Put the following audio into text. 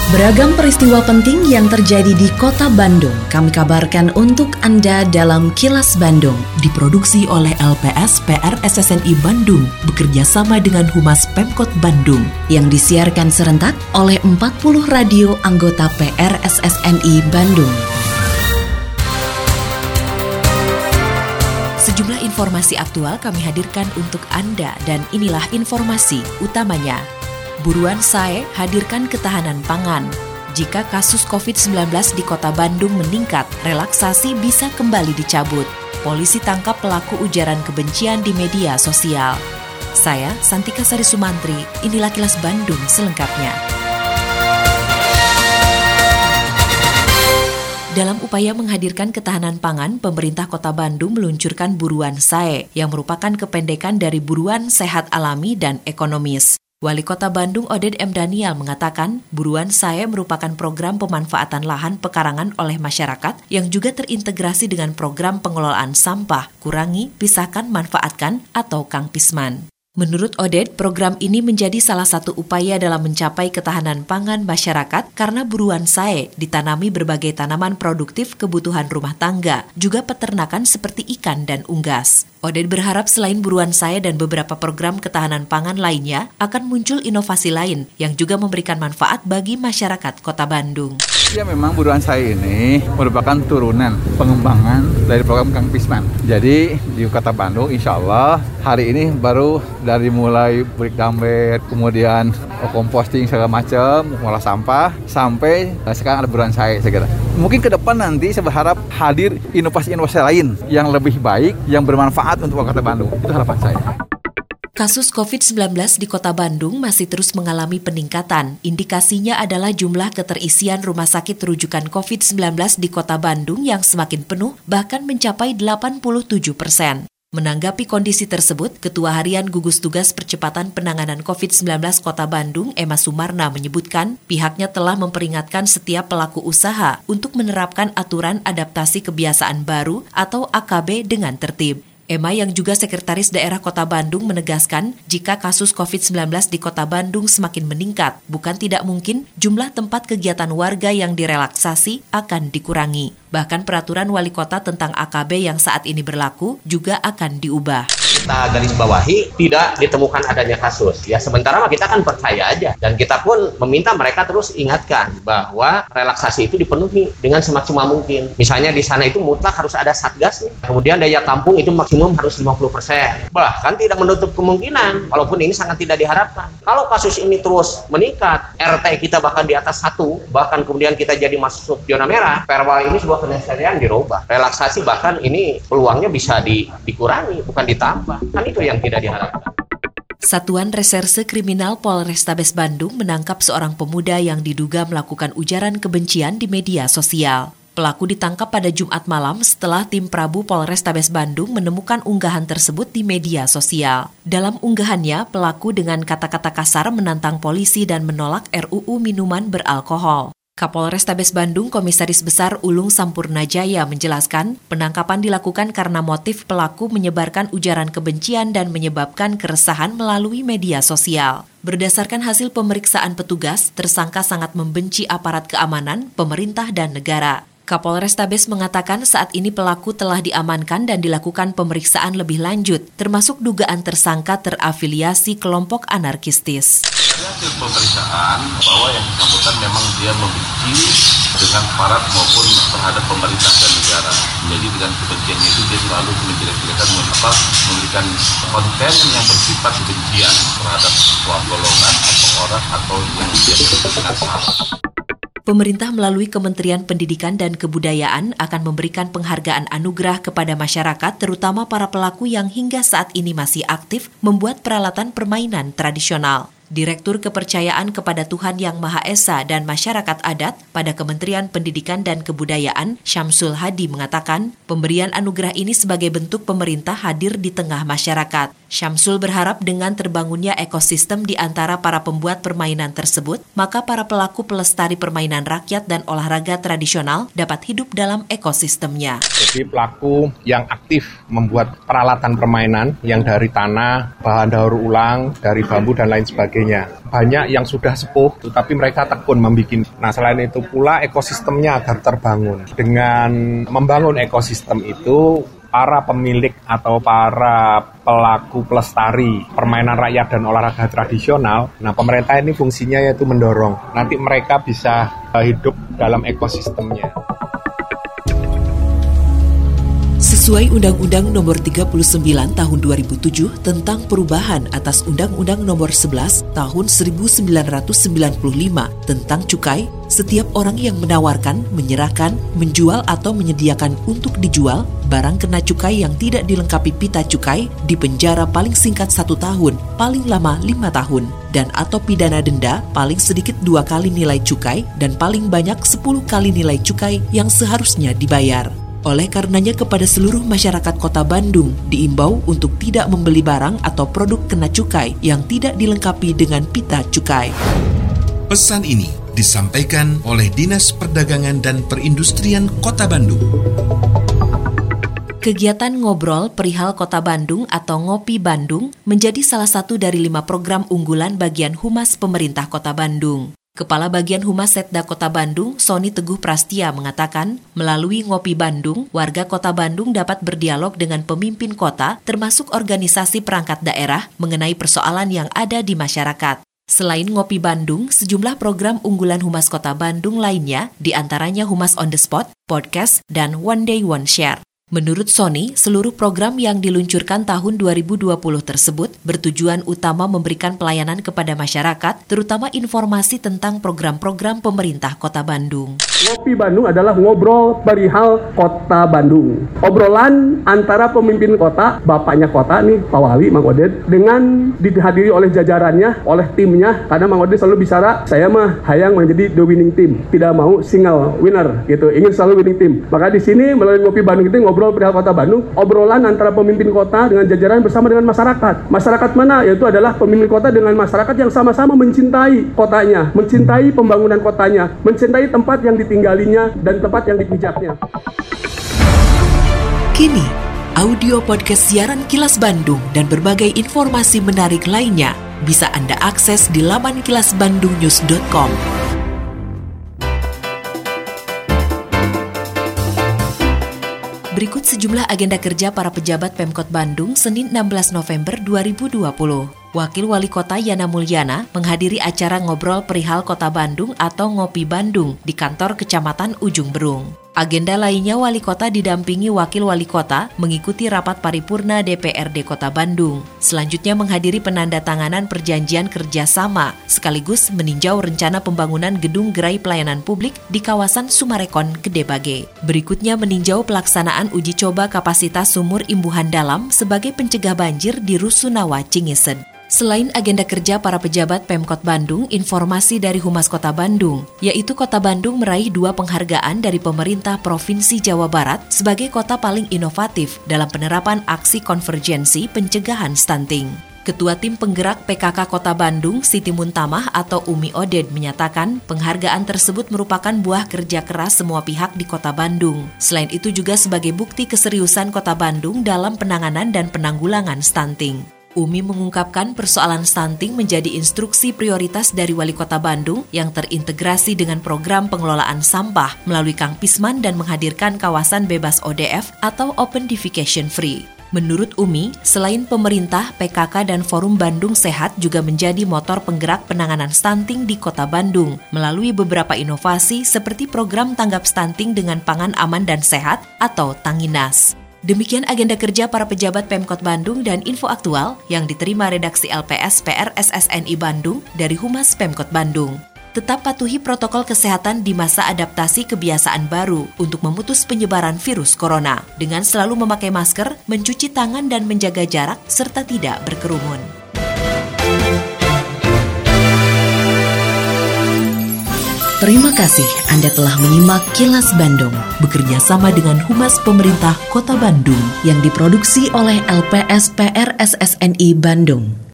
Beragam peristiwa penting yang terjadi di Kota Bandung kami kabarkan untuk Anda dalam Kilas Bandung. Diproduksi oleh LPS PR SSNI Bandung bekerja sama dengan Humas Pemkot Bandung yang disiarkan serentak oleh 40 radio anggota PR SSNI Bandung. Sejumlah informasi aktual kami hadirkan untuk Anda dan inilah informasi utamanya. Buruan SAE hadirkan ketahanan pangan. Jika kasus COVID-19 di Kota Bandung meningkat, relaksasi bisa kembali dicabut. Polisi tangkap pelaku ujaran kebencian di media sosial. Saya, Santika Sari Sumantri, inilah Kilas Bandung selengkapnya. Dalam upaya menghadirkan ketahanan pangan, pemerintah Kota Bandung meluncurkan Buruan SAE yang merupakan kependekan dari Buruan Sehat Alami dan Ekonomis. Wali Kota Bandung Oded M. Daniel mengatakan, Buruan SAE merupakan program pemanfaatan lahan pekarangan oleh masyarakat yang juga terintegrasi dengan program pengelolaan sampah, kurangi, pisahkan, manfaatkan atau Kang Pisman. Menurut Oded, program ini menjadi salah satu upaya dalam mencapai ketahanan pangan masyarakat karena Buruan SAE ditanami berbagai tanaman produktif kebutuhan rumah tangga, juga peternakan seperti ikan dan unggas. Oded berharap selain Buruan SAE dan beberapa program ketahanan pangan lainnya, akan muncul inovasi lain yang juga memberikan manfaat bagi masyarakat Kota Bandung. Ya memang Buruan SAE ini merupakan turunan pengembangan dari program Kang Pisman. Jadi di Kota Bandung insya Allah hari ini baru dari mulai break damber, kemudian composting segala macam, mengolah sampah, sampai sekarang ada Buruan SAE saya kira. Mungkin ke depan nanti saya berharap hadir inovasi-inovasi lain yang lebih baik, yang bermanfaat untuk Kota Bandung. Itu harapan saya. Kasus COVID-19 di Kota Bandung masih terus mengalami peningkatan. Indikasinya adalah jumlah keterisian rumah sakit rujukan COVID-19 di Kota Bandung yang semakin penuh, bahkan mencapai 87%. Menanggapi kondisi tersebut, Ketua Harian Gugus Tugas Percepatan Penanganan COVID-19 Kota Bandung, Emma Sumarna, menyebutkan pihaknya telah memperingatkan setiap pelaku usaha untuk menerapkan aturan adaptasi kebiasaan baru atau AKB dengan tertib. Emma yang juga Sekretaris Daerah Kota Bandung menegaskan jika kasus COVID-19 di Kota Bandung semakin meningkat, bukan tidak mungkin jumlah tempat kegiatan warga yang direlaksasi akan dikurangi. Bahkan peraturan wali kota tentang AKB yang saat ini berlaku juga akan diubah. Kita garis bawahi tidak ditemukan adanya kasus. Ya sementara kita kan percaya aja. Dan kita pun meminta mereka terus ingatkan bahwa relaksasi itu dipenuhi dengan semaksimal mungkin. Misalnya di sana itu mutlak harus ada satgas nih. Kemudian daya tampung itu maksimum harus 50%. Bahkan tidak menutup kemungkinan, walaupun ini sangat tidak diharapkan. Kalau kasus ini terus meningkat, RT kita bahkan di atas 1, bahkan kemudian kita jadi masuk zona merah, perwal ini sebuah keniscayaan dirubah. Relaksasi bahkan ini peluangnya bisa dikurangi, bukan ditambah. Kan itu yang tidak diharapkan. Satuan Reserse Kriminal Polrestabes Bandung menangkap seorang pemuda yang diduga melakukan ujaran kebencian di media sosial. Pelaku ditangkap pada Jumat malam setelah tim Prabu Polrestabes Bandung menemukan unggahan tersebut di media sosial. Dalam unggahannya, pelaku dengan kata-kata kasar menantang polisi dan menolak RUU minuman beralkohol. Kapolrestabes Bandung Komisaris Besar Ulung Sampurnajaya menjelaskan, penangkapan dilakukan karena motif pelaku menyebarkan ujaran kebencian dan menyebabkan keresahan melalui media sosial. Berdasarkan hasil pemeriksaan petugas, tersangka sangat membenci aparat keamanan, pemerintah, dan negara. Kapolrestabes mengatakan saat ini pelaku telah diamankan dan dilakukan pemeriksaan lebih lanjut, termasuk dugaan tersangka terafiliasi kelompok anarkistis. Hasil pemeriksaan bahwa yang bersangkutan memang dia membenci dengan aparat maupun terhadap pemerintah dan negara. Jadi dengan kebenciannya itu dia selalu menjelek-jelekan, memberikan konten yang bersifat kebencian terhadap suatu golongan atau orang atau yang dia sebutkan salah. Pemerintah melalui Kementerian Pendidikan dan Kebudayaan akan memberikan penghargaan anugerah kepada masyarakat, terutama para pelaku yang hingga saat ini masih aktif membuat peralatan permainan tradisional. Direktur Kepercayaan kepada Tuhan Yang Maha Esa dan Masyarakat Adat pada Kementerian Pendidikan dan Kebudayaan, Syamsul Hadi mengatakan, pemberian anugerah ini sebagai bentuk pemerintah hadir di tengah masyarakat. Syamsul berharap dengan terbangunnya ekosistem di antara para pembuat permainan tersebut, maka para pelaku pelestari permainan rakyat dan olahraga tradisional dapat hidup dalam ekosistemnya. Jadi pelaku yang aktif membuat peralatan permainan yang dari tanah, bahan daur ulang, dari bambu dan lain sebagainya. Banyak yang sudah sepuh, tetapi mereka tekun membuat. Nah, selain itu pula ekosistemnya agar terbangun. Dengan membangun ekosistem itu, para pemilik atau para pelaku pelestari permainan rakyat dan olahraga tradisional, nah pemerintah ini fungsinya yaitu mendorong. Nanti mereka bisa hidup dalam ekosistemnya. Sesuai Undang-Undang Nomor 39 Tahun 2007 tentang perubahan atas Undang-Undang Nomor 11 Tahun 1995 tentang cukai, setiap orang yang menawarkan, menyerahkan, menjual atau menyediakan untuk dijual barang kena cukai yang tidak dilengkapi pita cukai dipenjara paling singkat 1 tahun, paling lama 5 tahun, dan atau pidana denda paling sedikit 2 kali nilai cukai dan paling banyak 10 kali nilai cukai yang seharusnya dibayar. Oleh karenanya kepada seluruh masyarakat Kota Bandung diimbau untuk tidak membeli barang atau produk kena cukai yang tidak dilengkapi dengan pita cukai. Pesan ini disampaikan oleh Dinas Perdagangan dan Perindustrian Kota Bandung. Kegiatan ngobrol perihal Kota Bandung atau Ngopi Bandung menjadi salah satu dari 5 program unggulan bagian Humas Pemerintah Kota Bandung. Kepala Bagian Humas Setda Kota Bandung, Sony Teguh Prastia mengatakan, melalui Ngopi Bandung, warga Kota Bandung dapat berdialog dengan pemimpin kota, termasuk organisasi perangkat daerah, mengenai persoalan yang ada di masyarakat. Selain Ngopi Bandung, sejumlah program unggulan Humas Kota Bandung lainnya, diantaranya Humas on the Spot, podcast, dan One Day One Share. Menurut Sony, seluruh program yang diluncurkan tahun 2020 tersebut bertujuan utama memberikan pelayanan kepada masyarakat, terutama informasi tentang program-program pemerintah Kota Bandung. Ngopi Bandung adalah ngobrol perihal Kota Bandung. Obrolan antara pemimpin kota, bapaknya kota nih, Pak Wali, Mang Oded, dengan dihadiri oleh jajarannya, oleh timnya, karena Mang Oded selalu bicara, saya mah hayang menjadi the winning team, tidak mau single winner, gitu, ingin selalu winning team. Maka di sini melalui Ngopi Bandung itu ngobrol perihal Kota Bandung, obrolan antara pemimpin kota dengan jajaran bersama dengan masyarakat. Masyarakat mana? Yaitu adalah pemimpin kota dengan masyarakat yang sama-sama mencintai kotanya, mencintai pembangunan kotanya, mencintai tempat yang ditinggalinya dan tempat yang dipijaknya. Kini, audio podcast siaran Kilas Bandung dan berbagai informasi menarik lainnya bisa Anda akses di laman kilasbandungnews.com. Berikut sejumlah agenda kerja para pejabat Pemkot Bandung Senin 16 November 2020. Wakil Wali Kota Yana Mulyana menghadiri acara ngobrol perihal Kota Bandung atau Ngopi Bandung di kantor Kecamatan Ujung Berung. Agenda lainnya Wali Kota didampingi Wakil Wali Kota mengikuti rapat paripurna DPRD Kota Bandung. Selanjutnya menghadiri penandatanganan perjanjian kerjasama sekaligus meninjau rencana pembangunan gedung gerai pelayanan publik di kawasan Sumarekon, Gede Bage. Berikutnya meninjau pelaksanaan uji coba kapasitas sumur imbuhan dalam sebagai pencegah banjir di Rusunawa, Cingised. Selain agenda kerja para pejabat Pemkot Bandung, informasi dari Humas Kota Bandung, yaitu Kota Bandung meraih 2 penghargaan dari pemerintah Provinsi Jawa Barat sebagai kota paling inovatif dalam penerapan aksi konvergensi pencegahan stunting. Ketua Tim Penggerak PKK Kota Bandung, Siti Muntamah atau Umi Oded menyatakan penghargaan tersebut merupakan buah kerja keras semua pihak di Kota Bandung. Selain itu juga sebagai bukti keseriusan Kota Bandung dalam penanganan dan penanggulangan stunting. Umi mengungkapkan persoalan stunting menjadi instruksi prioritas dari Wali Kota Bandung yang terintegrasi dengan program pengelolaan sampah melalui Kang Pisman dan menghadirkan kawasan bebas ODF atau Open Defecation Free. Menurut Umi, selain pemerintah, PKK dan Forum Bandung Sehat juga menjadi motor penggerak penanganan stunting di Kota Bandung melalui beberapa inovasi seperti program tanggap stunting dengan pangan aman dan sehat atau Tanginas. Demikian agenda kerja para pejabat Pemkot Bandung dan info aktual yang diterima redaksi LPS PR SSNI Bandung dari Humas Pemkot Bandung. Tetap patuhi protokol kesehatan di masa adaptasi kebiasaan baru untuk memutus penyebaran virus corona dengan selalu memakai masker, mencuci tangan dan menjaga jarak serta tidak berkerumun. Terima kasih Anda telah menyimak Kilas Bandung bekerja sama dengan Humas Pemerintah Kota Bandung yang diproduksi oleh LPSPR SSNI Bandung.